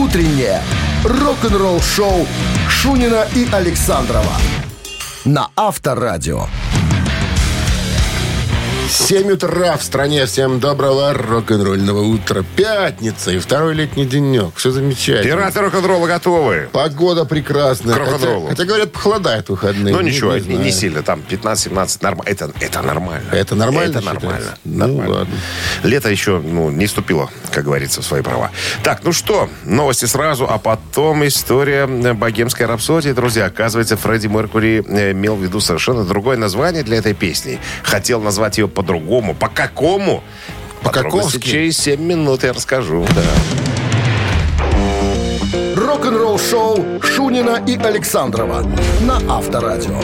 Утреннее рок-н-ролл-шоу Шунина и Александрова на Авторадио. 7 утра в стране. Всем доброго рок-н-ролльного утра. Пятница и второй летний денек. Все замечательно. Пираты рок-н-ролла готовы. Погода прекрасная. К рок-н-роллу. Хотя говорят, похолодает в выходные. Ну ничего, не сильно. Там 15-17. Это нормально. Это нормально? Это нормально. Ну ладно. Лето еще не вступило, как говорится, в свои права. Так, ну что, новости сразу, а потом история «Богемской рапсодии». Друзья, оказывается, Фредди Меркьюри имел в виду совершенно другое название для этой песни. Хотел назвать ее по-другому. По какому? По-каковски. Через 7 минут я расскажу. Да. Рок-н-ролл-шоу Шунина и Александрова на Авторадио.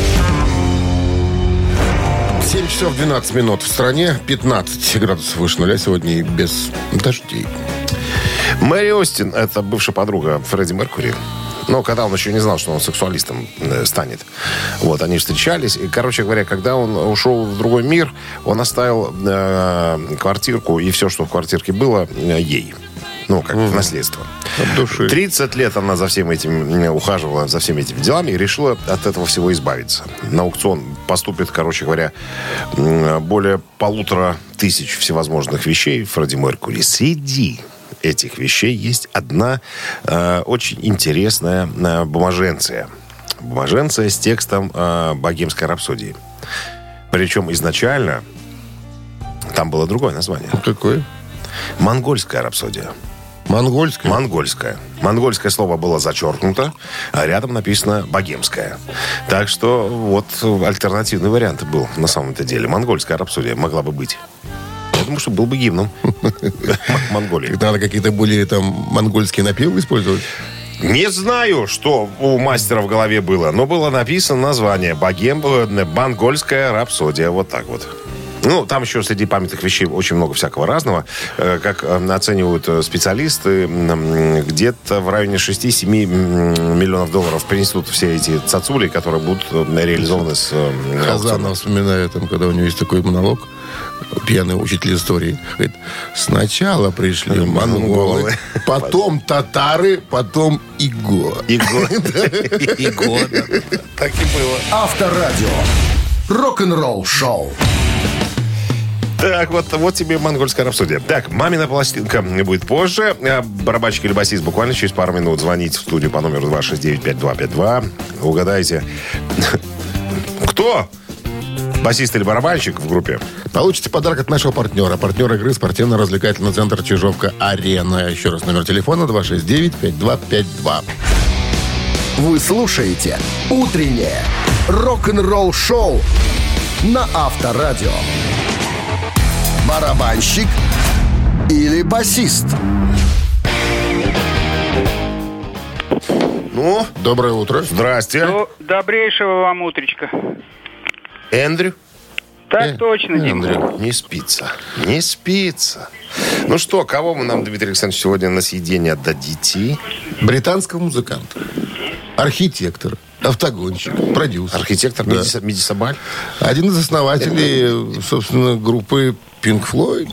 7 часов 12 минут в стране. 15 градусов выше нуля сегодня и без дождей. Мэри Остин, это бывшая подруга Фредди Меркьюри. Но когда он еще не знал, что он сексуалистом станет. Вот, они встречались. И, короче говоря, когда он ушел в другой мир, он оставил квартирку и все, что в квартирке было, ей. Ну, как в наследство. От души. 30 лет она за всем этим ухаживала, за всеми этими делами и решила от этого всего избавиться. На аукцион поступит, короче говоря, более 1500 всевозможных вещей Фредди Меркьюри. Среди этих вещей есть одна очень интересная бумаженция. Бумаженция с текстом «Богемской рапсодии». Причем изначально там было другое название. Какое? «Монгольская рапсодия». Монгольская? Монгольская. Монгольское слово было зачеркнуто, а рядом написано «богемская». Так что вот альтернативный вариант был на самом-то деле. Монгольская рапсодия могла бы быть. Я думаю, что был бы гимном Монголии. Надо какие-то более там монгольские напевы использовать? Не знаю, что у мастера в голове было, но было написано название «Монгольская рапсодия». Вот так вот. Ну, там еще среди памятных вещей очень много всякого разного. Как оценивают специалисты, где-то в районе 6-7 миллионов долларов принесут все эти цацули, которые будут реализованы с Казанова вспоминаю, там, когда у него есть такой монолог, пьяный учитель истории. Говорит, сначала пришли монголы, потом татары, потом Иго. Иго, да. Так и было. Авторадио. Рок-н-ролл-шоу. Так, вот тебе монгольская рапсодия. Так, мамина пластинка будет позже. Барабанщик или басист буквально через пару минут. Звоните в студию по номеру 269-5252. Угадайте. Кто? Басист или барабанщик в группе? Получите подарок от нашего партнера. Партнер игры спортивно-развлекательный центр «Чижовка-Арена». Еще раз, номер телефона 269-5252. Вы слушаете «Утреннее рок-н-ролл-шоу» на Авторадио. Барабанщик или басист? Ну, доброе утро. Здрасте. Добрейшего вам утречка. Эндрю? Так точно, Дима. Эндрю, не спится. Не спится. Ну что, кого мы нам, Дмитрий Александрович, сегодня на съедение отдадите? Британского музыканта. Архитектор. Автогонщик. Продюсер. Архитектор Да. Миди Сабаль. Один из основателей, собственно, группы Pink Floyd.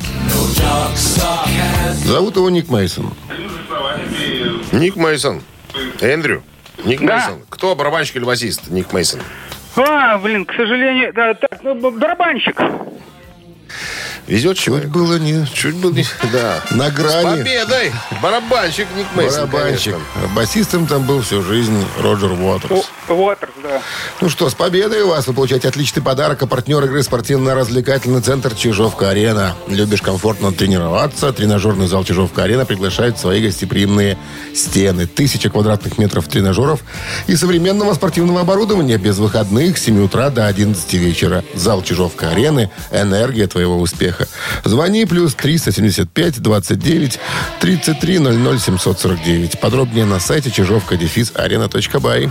Зовут его Ник Мейсон. Ник Мейсон. Эндрю. Ник Да. Мейсон. Кто, барабанщик или басист? Ник Мейсон. К сожалению, да, так, барабанщик. Везет Чуть человеку. было не... Да. На С грани. победой! Барабанщик Ник Мейсон. Барабанщик. Конечно. Басистом там был всю жизнь Роджер Уотерс. Уотерс, да. Ну что, с победой у вас! Вы получаете отличный подарок. А партнер игры спортивно-развлекательный центр «Чижовка-Арена». Любишь комфортно тренироваться? Тренажерный зал «Чижовка-Арена» приглашает в свои гостеприимные стены. 1000 квадратных метров тренажеров и современного спортивного оборудования без выходных с 7 утра до 11 вечера. Зал «Чижовка-Арены» – энергия твоего успеха. Звони плюс 375 29 33 00 749. Подробнее на сайте чижовка-арена.бай.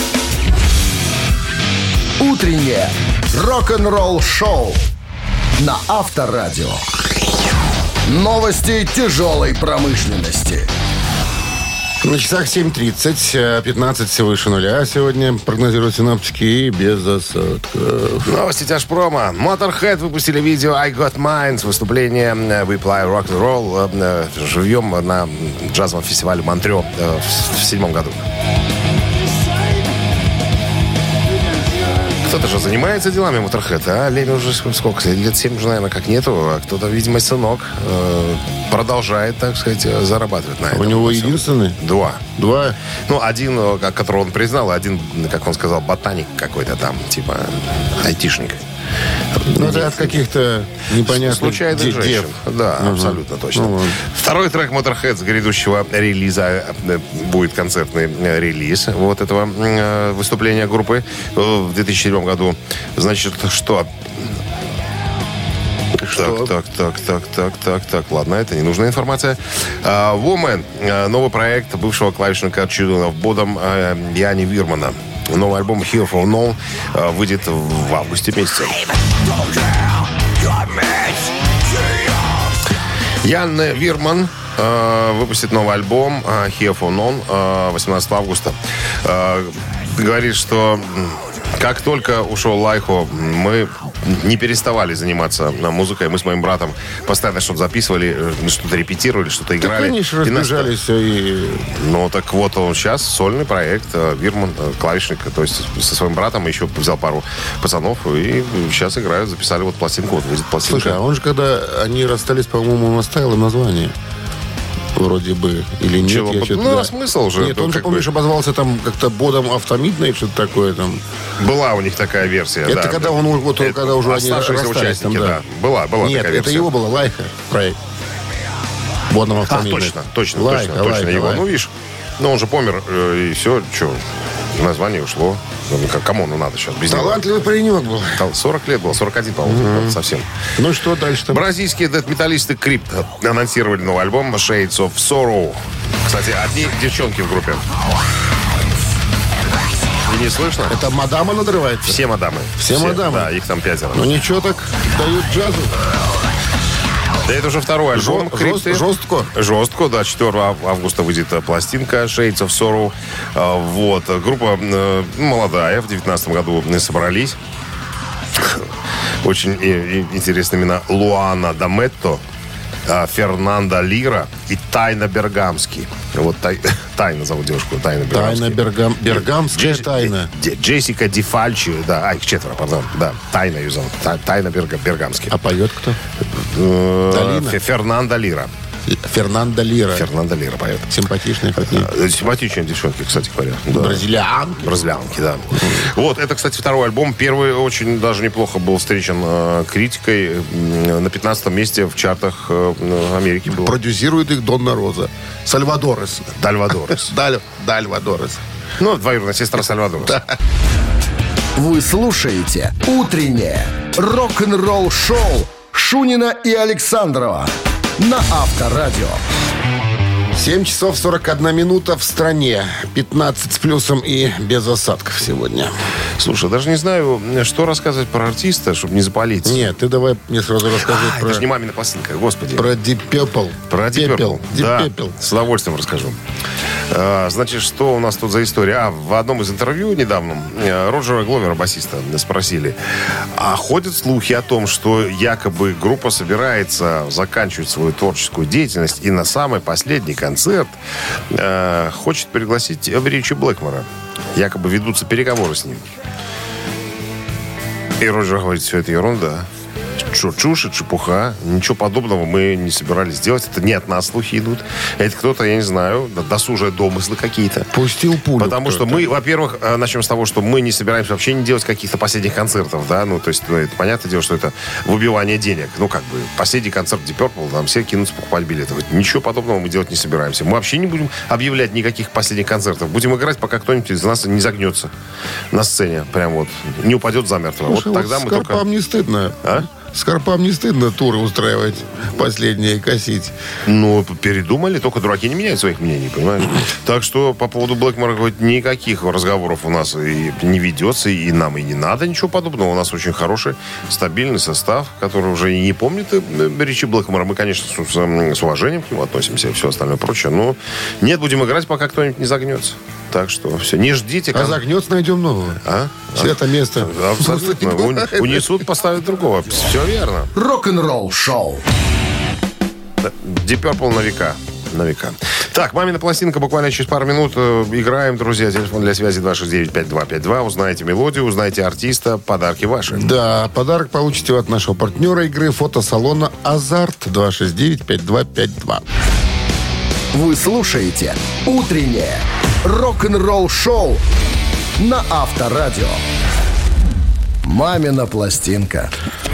Утреннее рок-н-ролл-шоу на Авторадио. Новости тяжелой промышленности. На часах 7:30, 15 выше нуля сегодня прогнозируют синоптики и без осадков. Новости тяжпрома. Motorhead выпустили видео I Got Mine с выступления We Play Rock and Roll живьем на джазовом фестивале Монтрео в 2007 году. Кто-то же занимается делами Motorhead, а Леми уже сколько? Лет 7 уже, наверное, как нету. А кто-то, видимо, сынок продолжает, так сказать, зарабатывать на этом. У него единственный? Два. Ну, один, которого он признал, один, как он сказал, ботаник какой-то там, типа айтишник. Ну, это от каких-то непонятных случайных женщин. Да, абсолютно точно. Ну, второй трек Motorhead с грядущего релиза будет концертный релиз вот этого выступления группы в 2007 году. Значит, что? Так. Ладно, это ненужная информация. Woman. Новый проект бывшего клавишника Children of Bodom Яни Вирмана. Новый альбом Here for No выйдет в августе месяце. Ян Вирман выпустит новый альбом Here for No 18 августа. Говорит, что как только ушел Лайхо, мы не переставали заниматься музыкой. Мы с моим братом постоянно что-то записывали, что-то репетировали, что-то играли. Так они же разбежались. Ну, так вот, он сейчас сольный проект. Вирман, клавишник, то есть со своим братом еще взял пару пацанов и сейчас играют. Записали вот пластинку, вот выйдет пластинка. Слушай, а он же, когда они расстались, по-моему, он оставил им название. Вроде бы. Или нет? Чего? Ну, смысл уже. Нет, он же, помнишь, обозвался там как-то Бодом Автомидной, что-то такое там. Была у них такая версия, это да. когда он вот, когда уже они оставшиеся расстались. Участники, там, да. Была нет, такая версия. это его было, Лайха проект. Бодом Автомидной. Точно Лайха, его. Лайха. Ну, видишь, он же помер, и все, что, название ушло. Кому надо сейчас без него? Талантливый паренек был. 40 лет было, 41, по-моему, совсем. Ну, что дальше-то? Бразильские дэт-металлисты Crypt анонсировали новый альбом Shades of Sorrow. Кстати, одни девчонки в группе. И не слышно? Это мадама надрывается? Все мадамы. Все мадамы? Да, их там 5. Ну, ничего так дают джазу. Да, это уже второй альбом. Жестко, да. 4 августа выйдет пластинка Shades of Sorrow. Вот. Группа молодая, в 2019 году собрались. Очень интересные имена. Луана Даметто, Фернандо Лира и Тайна Бергамский. Вот Тайна зовут девушку. Тайна Бергамская Тайна. Джессика Ди Фальчи. Да, их 4, пардон. Да, Тайна ее зовут. Тайна Бергамский. А поет кто? Фернандо Лира. Фернандо Лира поет. Симпатичные какие. Симпатичные девчонки, кстати говоря. Да. Бразилианки, да. Вот, это, кстати, второй альбом. Первый очень даже неплохо был встречен критикой. На 15-м месте в чартах Америки был. Продюсирует их Донна Роза. Сальвадорес. Дальвадорес. Ну, двоюродная сестра Сальвадорес. Вы слушаете «Утреннее рок-н-ролл-шоу» Шунина и Александрова на Авторадио. 7 часов 41 минута в стране. 15 с плюсом и без осадков сегодня. Слушай, даже не знаю, что рассказывать про артиста, чтобы не запалить. Нет, ты давай мне сразу расскажи про... Это же не мамина пластинка, господи. Про Deep Purple. Про Deep Purple. Да, Purple. с удовольствием расскажу. Значит, что у нас тут за история? В одном из интервью недавно Роджера Гловера, басиста, спросили, а ходят слухи о том, что якобы группа собирается заканчивать свою творческую деятельность и на самый последний концерт хочет пригласить Ричи Блэкмора. Якобы ведутся переговоры с ним. И Роджер говорит, все это ерунда. Что, чушь, чепуха. Ничего подобного мы не собирались делать. Это не от нас слухи идут. Это кто-то, я не знаю, досужие домыслы какие-то. Пустил пулю. Потому что мы, во-первых, начнем с того, что мы не собираемся вообще не делать каких-то последних концертов, да. Ну, то есть, это понятное дело, что это выбивание денег. Ну, как бы, последний концерт Deep Purple, там все кинутся покупать билеты. Ничего подобного мы делать не собираемся. Мы вообще не будем объявлять никаких последних концертов. Будем играть, пока кто-нибудь из нас не загнется на сцене. Прям вот. Не упадет замертво. Слушай, вот тогда мы только... Скорпам не стыдно. А? Скорпам не стыдно туры устраивать, последние косить? Ну, передумали, только дураки не меняют своих мнений, понимаешь? Так что по поводу Блэкмора хоть никаких разговоров у нас и не ведется, и нам и не надо ничего подобного. У нас очень хороший, стабильный состав, который уже и не помнит речи Блэкмора. Мы, конечно, с уважением к нему относимся и все остальное прочее, но нет, будем играть, пока кто-нибудь не загнется. Так что все, не ждите. А загнется, найдем нового. Это место. Абсолютно. Унесут, поставят другого. Все верно. Рок-н-ролл шоу. Deep Purple на века. На века. Так, «Мамина пластинка» буквально через пару минут. Играем, друзья. Телефон для связи 269-5252. Узнаете мелодию, узнаете артиста. Подарки ваши. Да, подарок получите от нашего партнера игры фотосалона «Азарт». 269-5252. Вы слушаете «Утреннее рок-н-ролл-шоу» на Авторадио. «Мамина пластинка».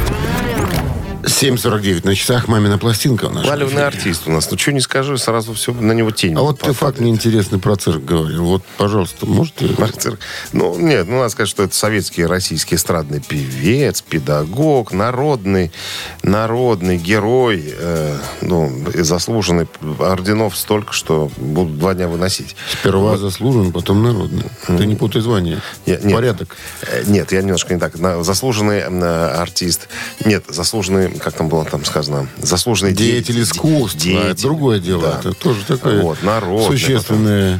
7:49 на часах. «Мамина пластинка» у нас. Валивный артист у нас. Ну, что не скажи, сразу все на него тень. А вот ты факт неинтересный про цирк говорил. Вот, пожалуйста, можете... Про цирк. Ну, нет, надо сказать, что это советский российский эстрадный певец, педагог, народный герой, заслуженный, орденов столько, что будут 2 дня выносить. Сперва заслуженный, потом народный. Ты не путай звание. Порядок. Нет, я немножко не так. Заслуженный артист. Нет, заслуженный, как там было там сказано, заслуженный деятель искусства. Это другое дело. Да. Это тоже такое существенное.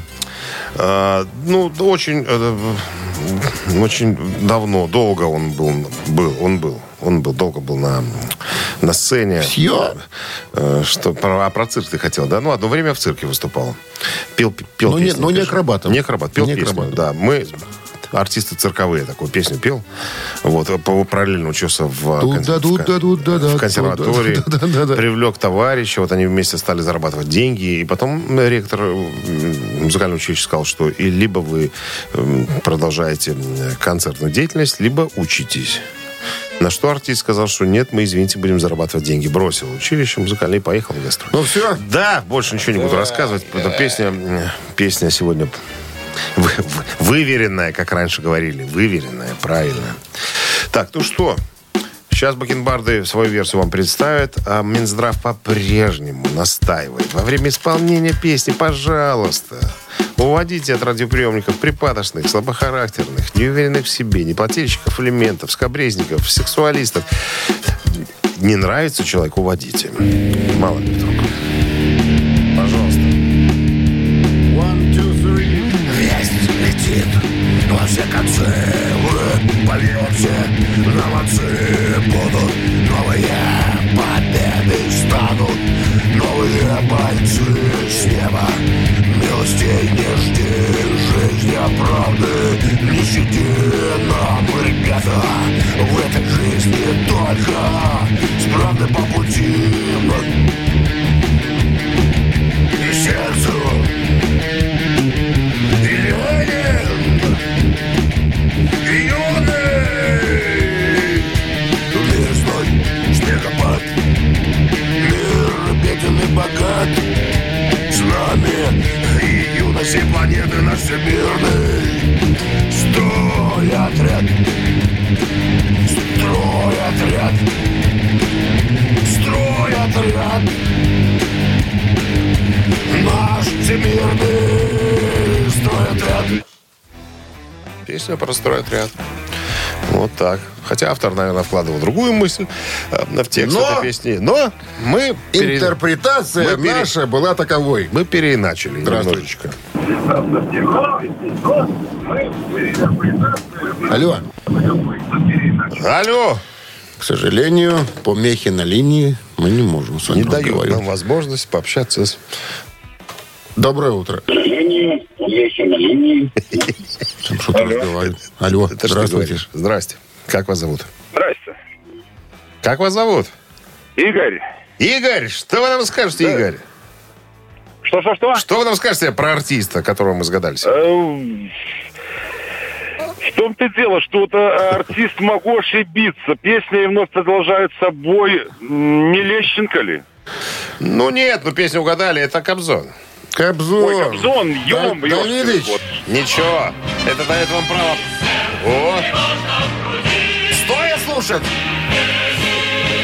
Очень давно, долго он долго был на сцене. Все? Что, про цирк ты хотел, да? Ну, одно время в цирке выступал. Пел песню. Не акробатом. Не акробат, пел песню. Да, мы... Артисты цирковые такую песню пел. Вот, параллельно учился в консерватории. Привлек товарища. Вот они вместе стали зарабатывать деньги. И потом ректор музыкального училища сказал, что и либо вы продолжаете концертную деятельность, либо учитесь. На что артист сказал, что нет, мы, извините, будем зарабатывать деньги. Бросил училище музыкальное и поехал в гастроль. Ну все? Да, больше ничего не буду рассказывать. Песня сегодня... Выверенная, как раньше говорили. Выверенная, правильно. Так, ну что, сейчас бакенбарды свою версию вам представят, а Минздрав по-прежнему настаивает. Во время исполнения песни, пожалуйста, уводите от радиоприемников припадочных, слабохарактерных, неуверенных в себе, неплательщиков алиментов, скабрезников, сексуалистов. Не нравится человеку, уводите. Мало ли вдруг. Пожалуйста. Во все концы вы польете, новцы будут, новые победы станут, новые бойцы с неба. Милостей не жди, жизнь правды не щади нам, ребята. В этой жизни только с правдой по пути и сердцу. Богат с нами и юности планеты наш всемирный. Строй отряд, строй отряд, строй отряд. Наш всемирный строй отряд. Песня про строй отряд. Вот так. Хотя автор, наверное, вкладывал другую мысль в текст этой песни. Но мы... Интерпретация наша была таковой. Мы переиначили немножечко. Алло. Алло. К сожалению, помехи на линии мы не можем с вами не дают разговаривать. нам возможность пообщаться с... Доброе утро. Там что-то разговаривает. Алло, Это здравствуйте. Здрасте. Как вас зовут? Здрасте. Как вас зовут? Игорь. Игорь, что вы нам скажете, Да. Игорь? Что? Что вы нам скажете про артиста, которого мы сгадались? В том-то и дело, что вот артист могу ошибиться. Песня и вновь продолжает собой. Не Лещенко ли? Ну нет, песню угадали, это Кобзон. Кобзон. Ой, Кобзон, Давидыч. вот. Ничего, это дает вам право. О. Стоя слушать.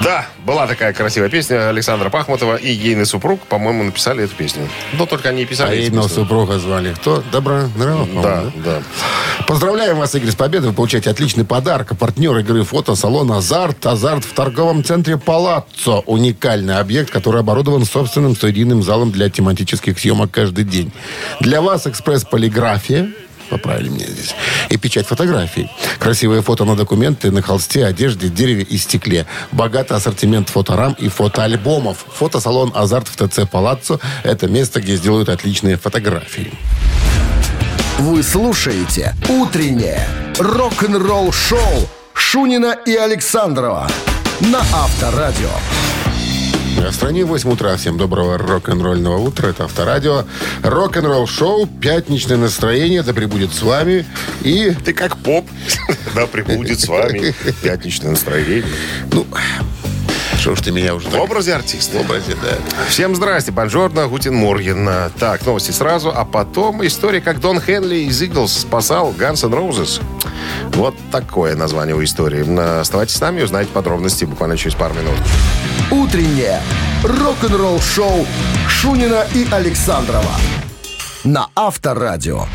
Да, была такая красивая песня Александра Пахмутова и ейный супруг, по-моему, написали эту песню. Но только они писали. А ейного супруга звали кто? Добронравов, Да, да. Поздравляем вас, Игорь, с победой. Вы получаете отличный подарок. А партнер игры фотосалон «Азарт». «Азарт» в торговом центре «Палаццо». Уникальный объект, который оборудован собственным студийным залом для тематических съемок каждый день. Для вас экспресс-полиграфия. Поправили меня здесь. И печать фотографий. Красивые фото на документы, на холсте, одежде, дереве и стекле. Богатый ассортимент фоторам и фотоальбомов. Фотосалон «Азарт» в ТЦ «Палаццо» – это место, где сделают отличные фотографии. Вы слушаете «Утреннее рок-н-ролл-шоу» Шунина и Александрова на Авторадио. В стране 8 утра. Всем доброго рок-н-ролльного утра. Это Авторадио. Рок-н-ролл шоу. Пятничное настроение. Да пребудет с вами. И... Ты как поп. Да, прибудет с вами. Пятничное настроение. Ну, что ж ты меня уже... В образе артиста. В образе, да. Всем здрасте. Бонжорно, гутен морген. Так, новости сразу. А потом история, как Дон Хенли из Eagles спасал Guns N' Roses. Вот такое название у истории. Оставайтесь с нами и узнаете подробности буквально через пару минут. Утреннее рок-н-ролл-шоу Шунина и Александрова на Авторадио.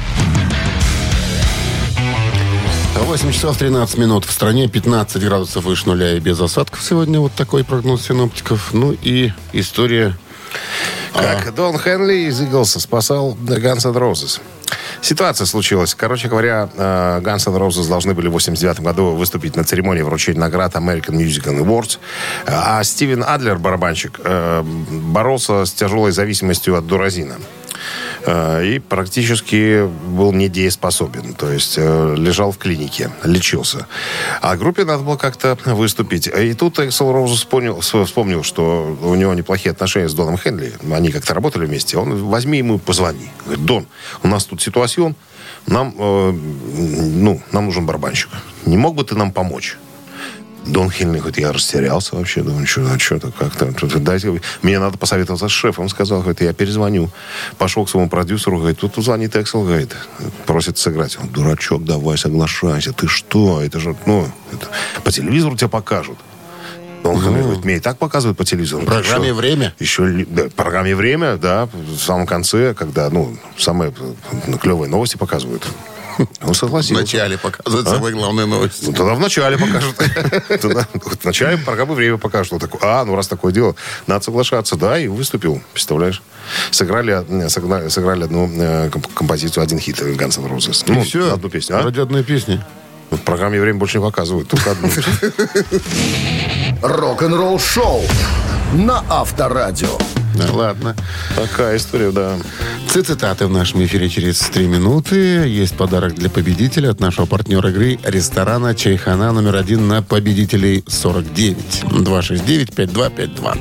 8 часов 13 минут. В стране 15 градусов выше нуля и без осадков. Сегодня вот такой прогноз синоптиков. Ну и история... Как Дон Хенли из Eagles спасал Guns N' Roses. Ситуация случилась. Короче говоря, Guns N' Roses должны были в 1989 году выступить на церемонии вручения наград American Music Awards. А Стивен Адлер, барабанщик, боролся с тяжелой зависимостью от дуразина. И практически был недееспособен. То есть лежал в клинике, лечился. А группе надо было как-то выступить. И тут Эксел Роуз вспомнил, что у него неплохие отношения с Доном Хенли. Они как-то работали вместе. Он: возьми ему, позвони. Говорит: Дон, у нас тут ситуация, нам нужен барабанщик. Не мог бы ты нам помочь? Дон Хенли говорит: я растерялся вообще, думаю, что-то как-то. Дайте, мне надо посоветоваться с шефом. сказал, говорит: я перезвоню. Пошел к своему продюсеру, говорит: тут звонит Эксел, говорит, просит сыграть. Он: дурачок, давай, соглашайся. Ты что? Это же, по телевизору тебя покажут. Дон Хенли говорит: мне и так показывают по телевизору. В программе «Время»? В программе «Время», да, в самом конце, когда, самые клевые новости показывают. Он согласился. В начале показывают самые главные новости. Тогда в начале покажут. В начале программы «Время» покажут. Раз такое дело, надо соглашаться. Да, и выступил, представляешь. Сыграли одну композицию, один хит Guns N' Roses. И все? Одну песню. Ради одной песни. В программе «Время» больше не показывают, только одну. Рок-н-ролл-шоу на Авторадио. Да ладно. Такая история, да. Цитаты в нашем эфире через 3 минуты. Есть подарок для победителя от нашего партнера игры ресторана «Чайхана» номер 1 на победителей 49. 269-5252.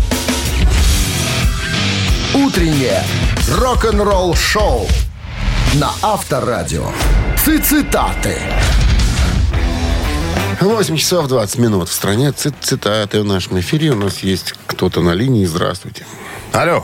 Утреннее рок-н-ролл-шоу на Авторадио. Цитаты. 8 часов 20 минут. В стране цитаты в нашем эфире. У нас есть кто-то на линии. Здравствуйте. Алло.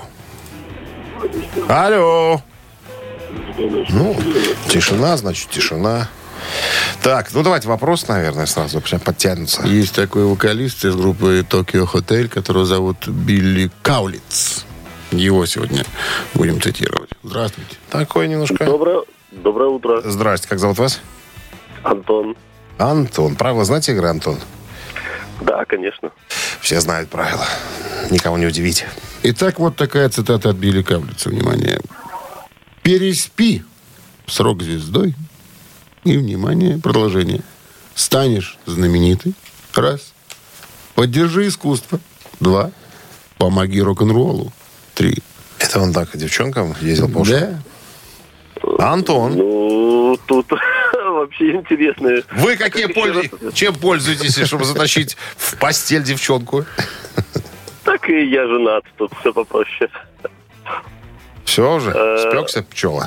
Тишина, значит, тишина. Так, давайте вопрос, наверное, сразу прям подтянутся. Есть такой вокалист из группы Tokyo Hotel, которого зовут Билли Каулиц. Его сегодня будем цитировать. Здравствуйте. Такой немножко... Доброе утро. Здрасте, как зовут вас? Антон. Антон. Правила знаете игры, Антон? Да, конечно. Все знают правила. Никого не удивите. Итак, вот такая цитата от Билли Каулица. Внимание. «Переспи срок звездой». И, внимание, продолжение. «Станешь знаменитый». Раз. «Поддержи искусство». Два. «Помоги рок-н-роллу». Три. Это он так девчонкам ездил по ушам? Да. Антон. Тут вообще интересно. Вы чем пользуетесь, чтобы затащить в постель девчонку? Так и я женат, тут все попроще. Все уже? Спекся пчела?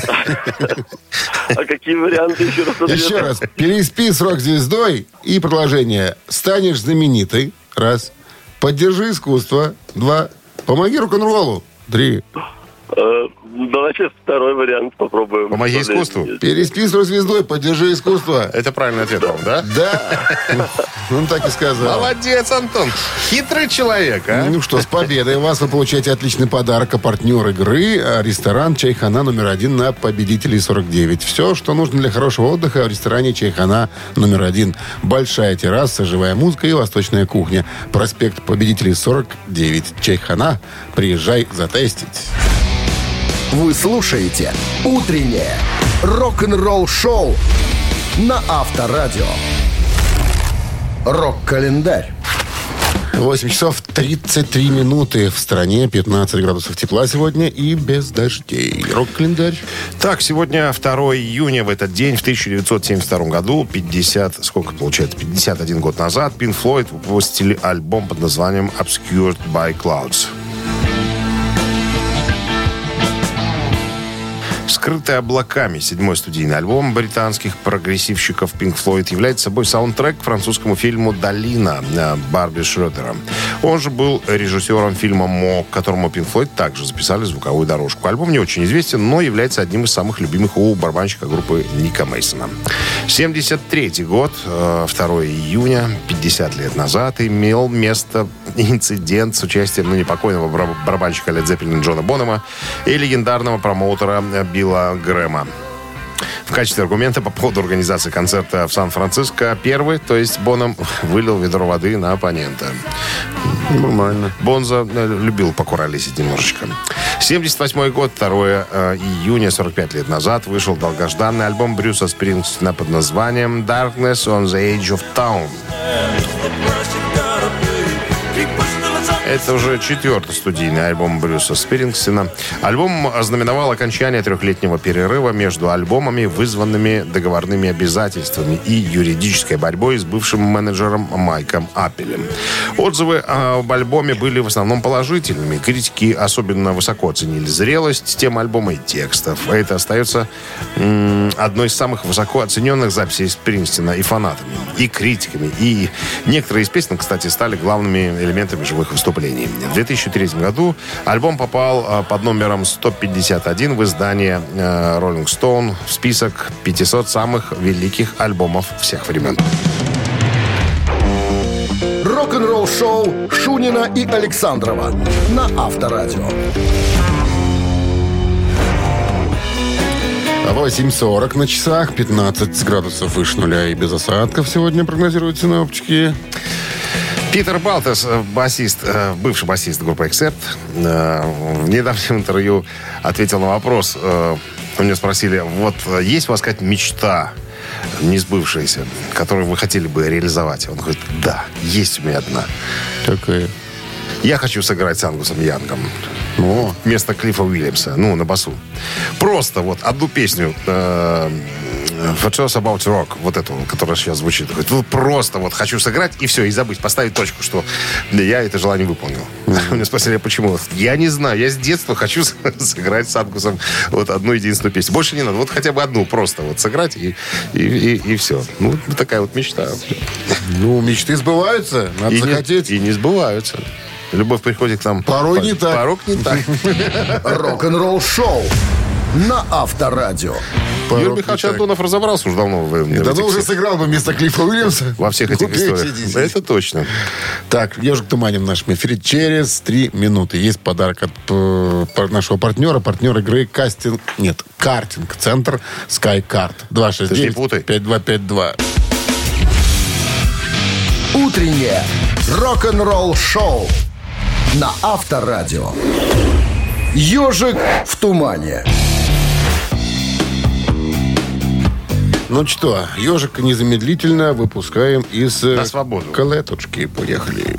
А какие варианты еще раз? Еще раз. «Переспи срок звездой». И продолжение. «Станешь знаменитой». Раз. «Поддержи искусство». Два. «Помоги рок-н-роллу». Три. Давайте второй вариант попробуем. Помоги искусству. Переспи с звездой, поддержи искусство. Это правильный ответ, по-моему, да? Да. Он так и сказал. Молодец, Антон. Хитрый человек, а? Ну что, с победой вас вы получаете отличный подарок. А партнер игры – ресторан «Чайхана» номер 1 на Победителей 49. Все, что нужно для хорошего отдыха в ресторане «Чайхана» номер 1. Большая терраса, живая музыка и восточная кухня. Проспект Победителей 49. «Чайхана». Приезжай затестить. Вы слушаете «Утреннее рок-н-ролл-шоу» на Авторадио. Рок-календарь. 8 часов 33 минуты. В стране 15 градусов тепла сегодня и без дождей. Рок-календарь. Так, сегодня 2 июня, в этот день, в 1972 году, 51 год назад, Pink Floyd выпустили альбом под названием «Obscured by Clouds». «Скрытый облаками» — 7-й студийный альбом британских прогрессивщиков Pink Floyd, является собой саундтрек к французскому фильму «Долина» Барби Шрёдера. Он же был режиссером фильма «Мо», к которому Pink Floyd также записали звуковую дорожку. Альбом не очень известен, но является одним из самых любимых у барабанщика группы Ника Мейсона. 73-й год, 2 июня, 50 лет назад, имел место инцидент с участием непокойного барабанщика Led Zeppelin Джона Бонема и легендарного промоутера Билла Грэма. В качестве аргумента по поводу организации концерта в Сан-Франциско первый, то есть Бонем, вылил ведро воды на оппонента. Нормально. Бонза любил покуролесить немножечко. 78 год, 2 июня, 45 лет назад, вышел долгожданный альбом Брюса Спрингстина под названием «Darkness on the Edge of Town». Это уже 4-й студийный альбом Брюса Спрингстина. Альбом ознаменовал окончание 3-летнего перерыва между альбомами, вызванными договорными обязательствами и юридической борьбой с бывшим менеджером Майком Аппелем. Отзывы об альбоме были в основном положительными. Критики особенно высоко оценили зрелость тем альбома и текстов. Это остается одной из самых высоко оцененных записей Спрингстина и фанатами, и критиками. И некоторые из песен, кстати, стали главными элементами живых выступлений. В 2003 году альбом попал под номером 151 в издание Rolling Stone в список 500 самых великих альбомов всех времен. Рок-н-ролл-шоу Шунина и Александрова на Авторадио. 8:40 на часах, 15 градусов выше нуля и без осадков сегодня прогнозируют синоптики. Питер Балтес, басист, бывший басист группы Accept, в недавнем интервью ответил на вопрос. У меня спросили, вот есть у вас какая-то мечта, не сбывшаяся, которую вы хотели бы реализовать? Он говорит, да, есть у меня одна. Какая? Я хочу сыграть с Ангусом Янгом. О. Вместо Клиффа Уильямса, на басу. Просто вот одну песню... For Us About Rock, вот эту, которая сейчас звучит. Просто вот хочу сыграть и все, и забыть, поставить точку, что я это желание выполнил. Меня спросили, почему? Я не знаю, я с детства хочу сыграть с Ангусом вот одну единственную песню. Больше не надо, вот хотя бы одну просто вот сыграть и все. Такая вот мечта. Мечты сбываются, надо захотеть. И не сбываются. Любовь приходит к нам. Порой не так. Порой не так. Рок-н-ролл-шоу на Авторадио. Юрий Михайлович Антонов разобрался уже давно. Давно уже сыграл бы вместо Клиффа Уильямса. Во всех этих историях. Это точно. Так, «Ежик в тумане» в нашем эфире через 3 минуты. Есть подарок от нашего партнера игры картинг-центр SkyCard. 269-5252. Утреннее рок-н-ролл-шоу на Авторадио. «Ежик в тумане». Ну что, «Ежика» незамедлительно выпускаем из на свободу. Колеточки. Поехали.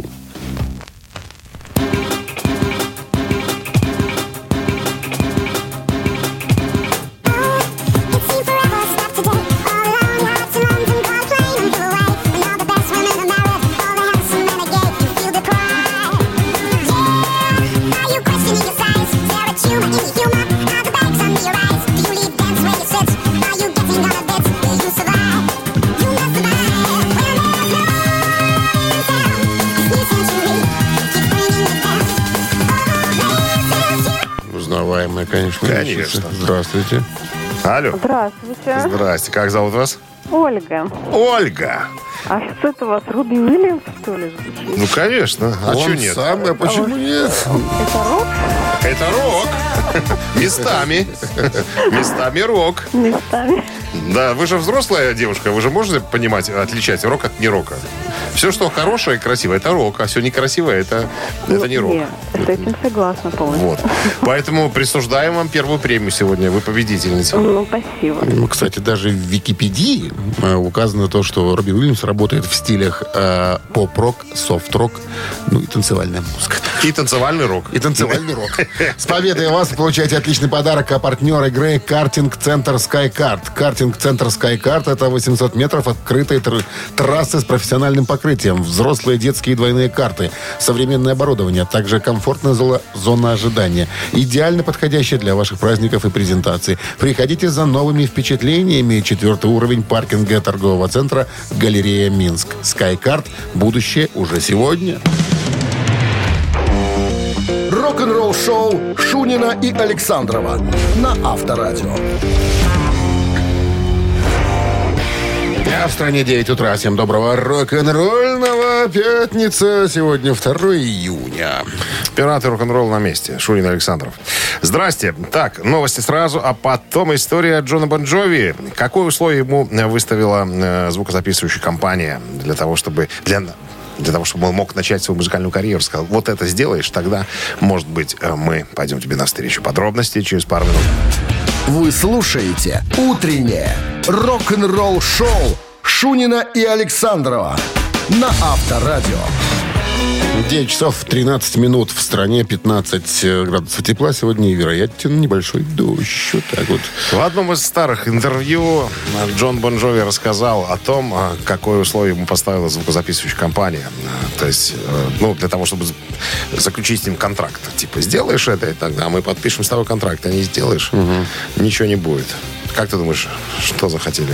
Узнаваемая, конечно. Конечно. Здравствуйте. Алло. Здравствуйте. Здрасте. Как зовут вас? Ольга. Ольга. А что это у вас, Робби Уильямс, что ли, звучит? Ну, конечно. А Он что нет? самый, а почему нет? Это рок? Это рок. Местами. Местами рок. Местами. Да, вы же взрослая девушка, вы же можете понимать, отличать рок от не рока. Все, что хорошее и красивое, это рок, а все некрасивое, это не рок. Нет, с этим согласна полностью. Вот. Поэтому присуждаем вам первую премию сегодня. Вы победительница. Ну, спасибо. Ну, кстати, даже в Википедии указано то, что Робби Уильямс работает в стилях поп-рок, софт-рок, ну и танцевальная музыка. И танцевальный рок. И танцевальный рок. С победой вас получаете отличный подарок, а партнер игры «Картинг-центр SkyCard». «Картинг-центр SkyCard» — это 800 метров открытой трассы с профессиональным покрытием, взрослые, детские двойные карты, современное оборудование, а также комфортная зона ожидания. Идеально подходящая для ваших праздников и презентаций. Приходите за новыми впечатлениями. 4-й уровень паркинга торгового центра «Галерея Минск». SkyCard. Будущее уже сегодня. Рок-н-ролл-шоу Шунина и Александрова на Авторадио. А в стране 9 утра. Всем доброго рок-н-ролльного. Пятница. Сегодня 2 июня. Пираты рок-н-ролла на месте. Шунин Александров. Здрасте. Так, новости сразу, а потом история Джона Бон Джови. Какое условие ему выставила звукозаписывающая компания для того, чтобы он мог начать свою музыкальную карьеру? Сказал, вот это сделаешь, тогда, может быть, мы пойдем тебе навстречу. Подробности через пару минут. Вы слушаете «Утреннее рок-н-ролл-шоу» Шунина и Александрова на Авторадио. 9 часов 13 минут. В стране 15 градусов тепла. Сегодня и вероятен небольшой дождь. Вот так вот. В одном из старых интервью Джон Бон Джови рассказал о том, какое условие ему поставила звукозаписывающая компания. То есть, для того, чтобы заключить с ним контракт. Типа, сделаешь это, и тогда мы подпишем с тобой контракт. А не сделаешь, ничего не будет. Как ты думаешь, что захотели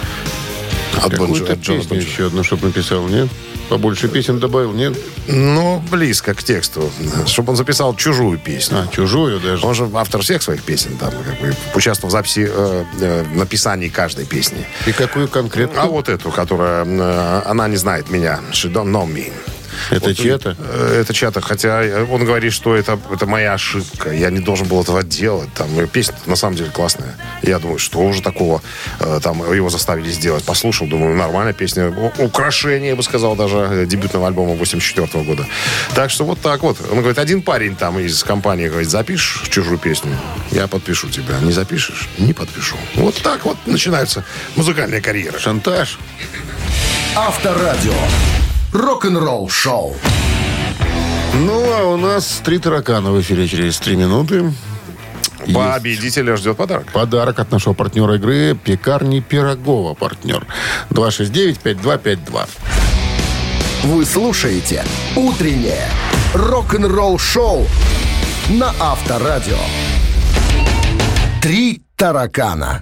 от Какую-то Джона песню Бон Джови? еще одну, чтобы написал, нет? Побольше песен добавил, нет? Ну, близко к тексту. Чтобы он записал чужую песню. А, чужую даже. Он же автор всех своих песен, там, участвовал в записи, написании каждой песни. И какую конкретно? А вот эту, которая «Она не знает меня». «She don't know me». Это вот, чья-то? Это чья-то. Хотя он говорит, что это моя ошибка. Я не должен был этого делать. Там, песня на самом деле классная. Я думаю, что уже такого там его заставили сделать. Послушал, думаю, нормальная песня. Украшение, я бы сказал, даже дебютного альбома 84 года. Так что вот так вот. Он говорит, один парень там из компании говорит, запишешь чужую песню, я подпишу тебя. Не запишешь, не подпишу. Вот так вот начинается музыкальная карьера. Шантаж. Авторадио. Рок-н-ролл-шоу. Ну, а у нас 3 таракана в эфире через 3 минуты. Победителя ждет подарок. Подарок от нашего партнера игры «Пекарни Пирогова». Партнер 269-5252. Вы слушаете «Утреннее рок-н-ролл-шоу» на Авторадио. 3 таракана.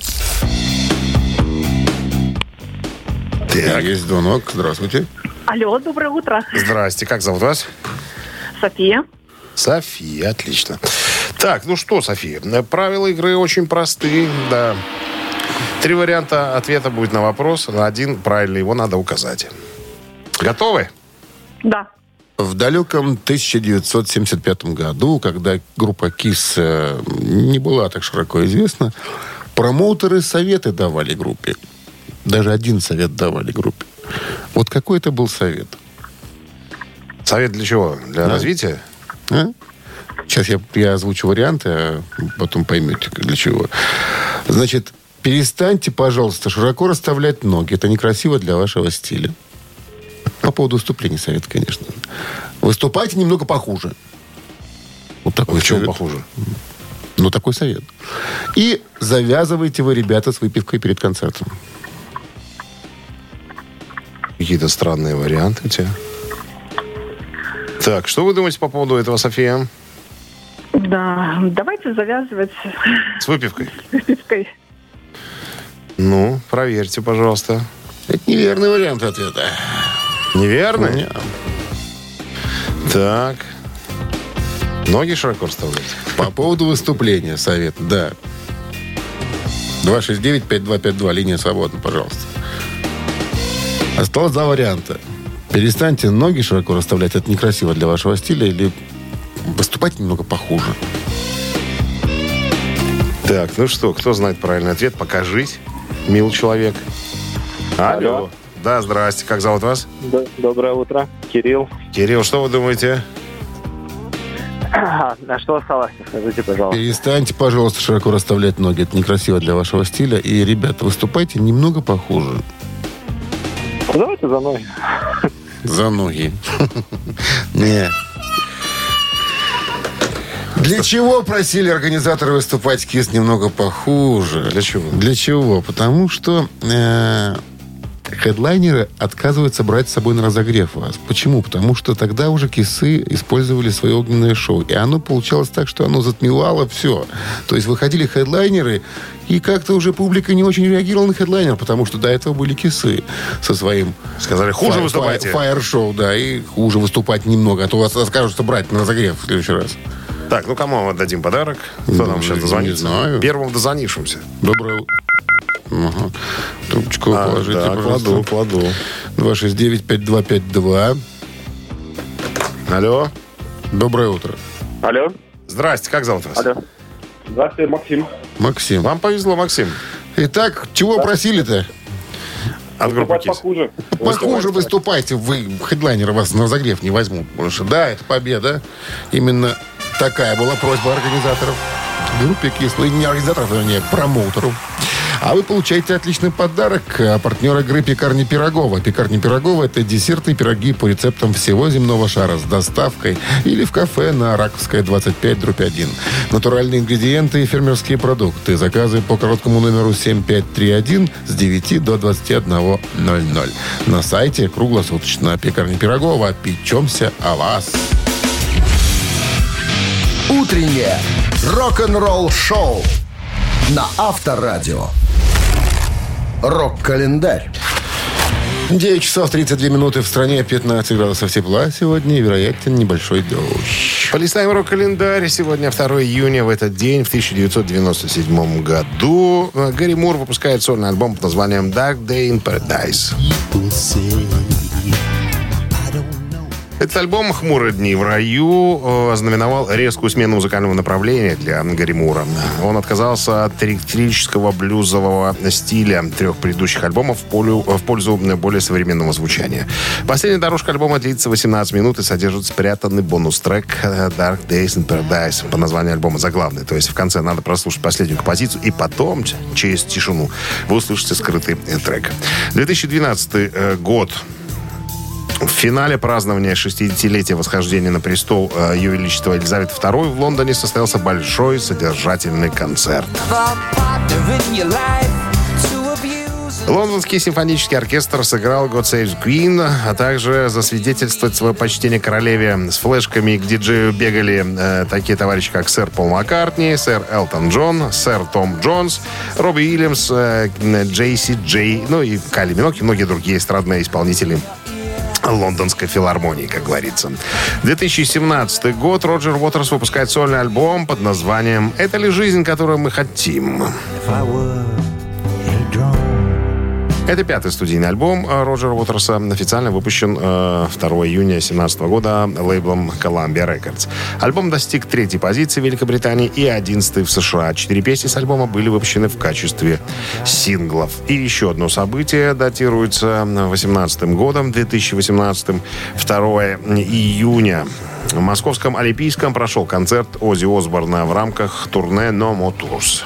Так, есть звонок. Здравствуйте. Алло, доброе утро. Здрасте, как зовут вас? София. София, отлично. Так, ну что, София, правила игры очень простые, да. 3 варианта ответа будет на вопрос. Один правильный, его надо указать. Готовы? Да. В далеком 1975 году, когда группа Kiss не была так широко известна, промоутеры советы давали группе. Даже один совет давали группе. Вот какой это был совет? Совет для чего? Для развития? А? Сейчас я озвучу варианты, а потом поймете, для чего. Значит, перестаньте, пожалуйста, широко расставлять ноги. Это некрасиво для вашего стиля. По поводу выступлений совет, конечно. Выступайте немного похуже. Вот такой В чем совет. похуже? Ну, такой совет. И завязывайте вы, ребята, с выпивкой перед концертом. Какие-то странные варианты у тебя. Так, что вы думаете по поводу этого, София? Да, давайте завязывать С выпивкой? с выпивкой. Ну, проверьте, пожалуйста. Это неверный вариант ответа. Неверно? Так. Ноги широко расставлять. По поводу выступления совет, да. 269-5252, линия свободна, пожалуйста. Осталось два варианта. Перестаньте ноги широко расставлять, это некрасиво для вашего стиля, или выступать немного похуже. Так, ну что, кто знает правильный ответ? Покажись, мил человек. Алло. Да, здрасте. Как зовут вас? Доброе утро. Кирилл. Кирилл, что вы думаете? А что осталось? Скажите, пожалуйста. Перестаньте, пожалуйста, широко расставлять ноги. Это некрасиво для вашего стиля. И, ребята, выступайте немного похуже. Давайте за ноги. За ноги. Не. Для чего просили организаторы выступать КИС немного похуже? Для чего? Для чего? Потому что хедлайнеры отказываются брать с собой на разогрев вас. Почему? Потому что тогда уже КИСы использовали свое огненное шоу. И оно получалось так, что оно затмевало все. То есть выходили хедлайнеры, и как-то уже публика не очень реагировала на хедлайнер, потому что до этого были КИСы со своим... Сказали, хуже выступайте. Фаер-шоу, да, и хуже выступать немного. А то вас откажутся брать на разогрев в следующий раз. Так, ну кому мы отдадим подарок? Кто нам сейчас дозвонится? Не знаю. Первым дозвонившимся. Доброе утро. Ага. Трубочку положите, да, пожалуйста. кладу. 269-5252. Алло. Доброе утро. Алло. Здрасте, как зовут вас? Алло. Здравствуйте, Максим. Максим. Вам повезло, Максим. Итак, чего просили-то? От группы Выступать КИС. похуже. Похуже выступайте. Вы, хедлайнеры, вас на разогрев не возьмут. Потому что, да, это победа. Именно такая была просьба организаторов. Группе КИС, ну, не организаторов, вернее, промоутеров. А вы получаете отличный подарок. Партнер игры «Пекарня Пирогова». «Пекарня Пирогова» — это десерты и пироги по рецептам всего земного шара с доставкой или в кафе на Раковская, 25/1. Натуральные ингредиенты и фермерские продукты. Заказы по короткому номеру 7531 с 9 до 21:00. На сайте круглосуточно. «Пекарня Пирогова». Печемся о вас. Утреннее рок-н-ролл-шоу на Авторадио. Рок-календарь. 9 часов 32 минуты в стране, 15 градусов тепла сегодня и, вероятен, небольшой дождь. Полистаем рок-календарь. Сегодня 2 июня. В этот день, в 1997 году, Гэри Мур выпускает сольный альбом под названием «Dark Day in Paradise». Этот альбом «Хмурые дни в раю» ознаменовал резкую смену музыкального направления для Гэри Мура. Он отказался от электрического блюзового стиля трех предыдущих альбомов в пользу более современного звучания. Последняя дорожка альбома длится 18 минут и содержит спрятанный бонус-трек «Dark Days in Paradise» по названию альбома заглавный. То есть в конце надо прослушать последнюю композицию, и потом, через тишину, вы услышите скрытый трек. 2012 год. В финале празднования 60-летия восхождения на престол Ее Величества Елизаветы II в Лондоне состоялся большой содержательный концерт. Лондонский симфонический оркестр сыграл «God Save the Queen», а также засвидетельствовать свое почтение королеве с флешками к диджею бегали такие товарищи, как сэр Пол Маккартни, сэр Элтон Джон, сэр Том Джонс, Робби Уильямс, Джейси Джей, ну и Кайли Миноуг и многие другие эстрадные исполнители Лондонской филармонии, как говорится. 2017 год. Роджер Уотерс выпускает сольный альбом под названием «Это ли жизнь, которую мы хотим?». Это 5-й студийный альбом Роджера Уотерса. Официально выпущен 2 июня 2017 года лейблом Columbia Records. Альбом достиг 3-й позиции в Великобритании и 11-й в США. 4 песни с альбома были выпущены в качестве синглов. И еще одно событие датируется 2018 годом, 2018, 2 июня. В Московском Олимпийском прошел концерт Оззи Осборна в рамках турне No More Tours.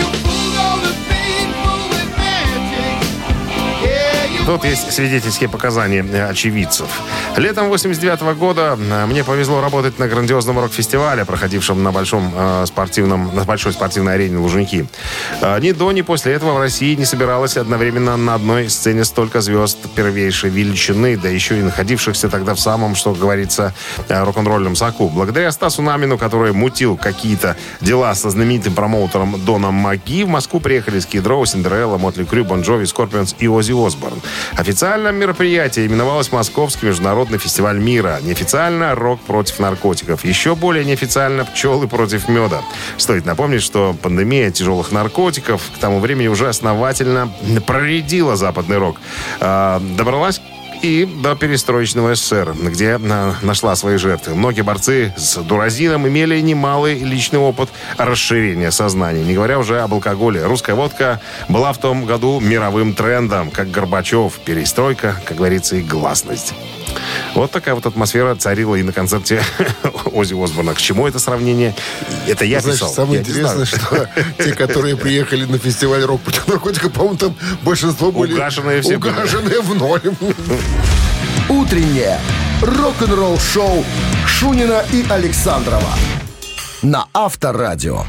Тут есть свидетельские показания очевидцев. Летом 1989 года мне повезло работать на грандиозном рок-фестивале, проходившем на большой спортивной арене Лужники. Ни до, ни после этого в России не собиралось одновременно на одной сцене столько звезд первейшей величины, да еще и находившихся тогда в самом, что говорится, рок-н-ролльном соку. Благодаря Стасу Намину, который мутил какие-то дела со знаменитым промоутером Доном Маки, в Москву приехали Скид Роу, Синдерелла, Мотли Крю, Бон Джови, Скорпионс и Оззи Осборн. Официально мероприятие именовалось Московский международный фестиваль мира. Неофициально «Рок против наркотиков». Еще более неофициально «Пчелы против меда». Стоит напомнить, что пандемия тяжелых наркотиков к тому времени уже основательно проредила западный рок. Добралась и до перестроечного СССР, где нашла свои жертвы. Многие борцы с дуразином имели немалый личный опыт расширения сознания, не говоря уже об алкоголе. Русская водка была в том году мировым трендом, как Горбачев, перестройка, как говорится, и гласность. Вот такая вот атмосфера царила и на концерте Оззи Осборна. К чему это сравнение? Это я писал. Самое интересное, что те, которые приехали на фестиваль «Рок против наркотиков», по-моему, там большинство были угашенные все угашенные в ноль. Утреннее рок-н-ролл-шоу Шунина и Александрова на Авторадио.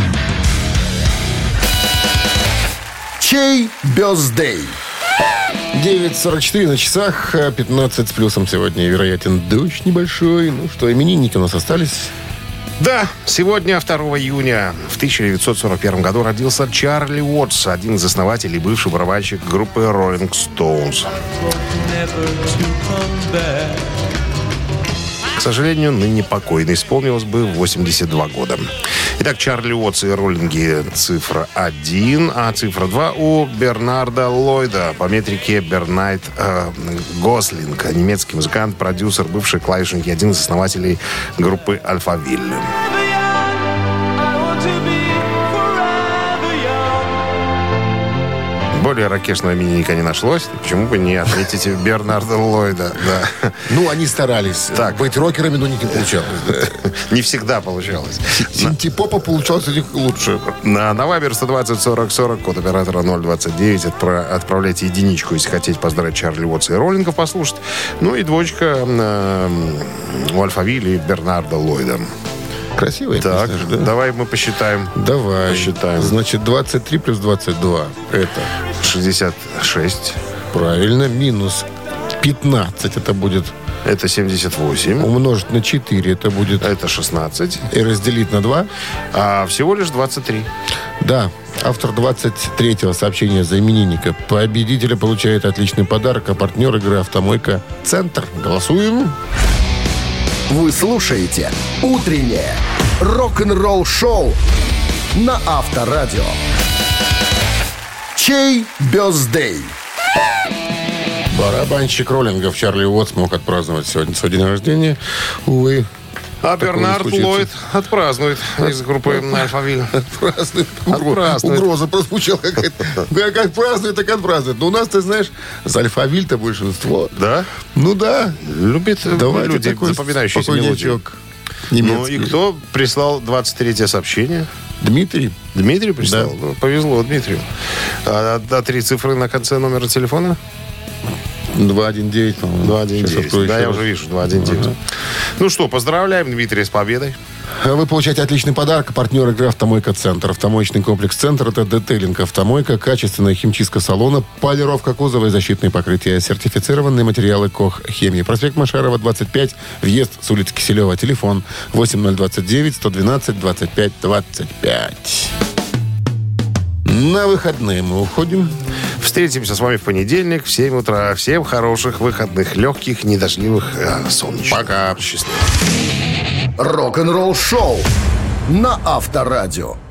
Чей бёздей? 9:44 на часах, 15 с плюсом сегодня. Вероятен дождь небольшой. Ну что, именинники у нас остались? Да, сегодня, 2 июня, в 1941 году родился Чарли Уотс, один из основателей и бывший барабанщик группы Rolling Stones. К сожалению, ныне покойный, исполнилось бы 82 года. Итак, Чарли Уотс и роллинги цифра 1, а цифра 2 у Бернарда Ллойда по метрике Бернайт Гослинг, немецкий музыкант, продюсер, бывший клавишник и один из основателей группы Альфавиль. Более ракешного именинника не нашлось. Почему бы не отметить Бернарда Ллойда? Да. Ну, они старались. Так. Быть рокерами, но не получалось. Не всегда получалось. Синтепопа получалось у них лучше. На Вайбер 120 40 40, код оператора 029. Отправляйте единичку, если хотите поздравить Чарли Уотса и роллингов послушать. Ну и двоечка у Альфавиль и Бернарда Ллойда. Красивая Так, песня же, да? давай мы посчитаем. Давай. Посчитаем. Значит, 23 плюс 22. Это 66. правильно. Минус 15. Это будет Это 78. умножить на 4. Это будет... Это 16. И разделить на 2. А всего лишь 23. Да. Автор 23-го сообщения за именинника. Победителя получает отличный подарок, а партнер игры «Автомойка Центр». Голосуем. Вы слушаете «Утреннее рок-н-ролл-шоу» на Авторадио. Чей бёздей? Барабанщик роллингов Чарли Уотс мог отпраздновать сегодня свой день рождения. Увы. А такое Бернард не случится. Ллойд отпразднует из группы Альфавиль. Отпразднует. Угроза прозвучала какая-то. Как празднует, так отпразднует. Но у нас, ты знаешь, за Альфавиль-то большинство. Да? Ну да. Любят Давайте люди, такой запоминающиеся мелодии. спокойнячок Ну немецкий. и кто прислал 23-е сообщение? Дмитрий. Дмитрий прислал? Да. Ну, повезло Дмитрию. А 3 цифры на конце номера телефона? 219, по-моему. 219. Да, я уже вижу, 219. Ага. Ну что, поздравляем Дмитрия с победой. Вы получаете отличный подарок. Партнер игры «Автомойка Центр». Автомоечный комплекс «Центр» — это детейлинг «Автомойка», качественная химчистка салона, полировка кузова и защитные покрытия, сертифицированные материалы «Кох Хемии». Проспект Машарова, 25, въезд с улицы Киселева. Телефон 8029-112-25-25. На выходные мы уходим. Встретимся с вами в понедельник в 7 утра. Всем хороших выходных, легких, недождливых, солнечных. Пока. Счастливо. Рок-н-ролл-шоу на Авторадио.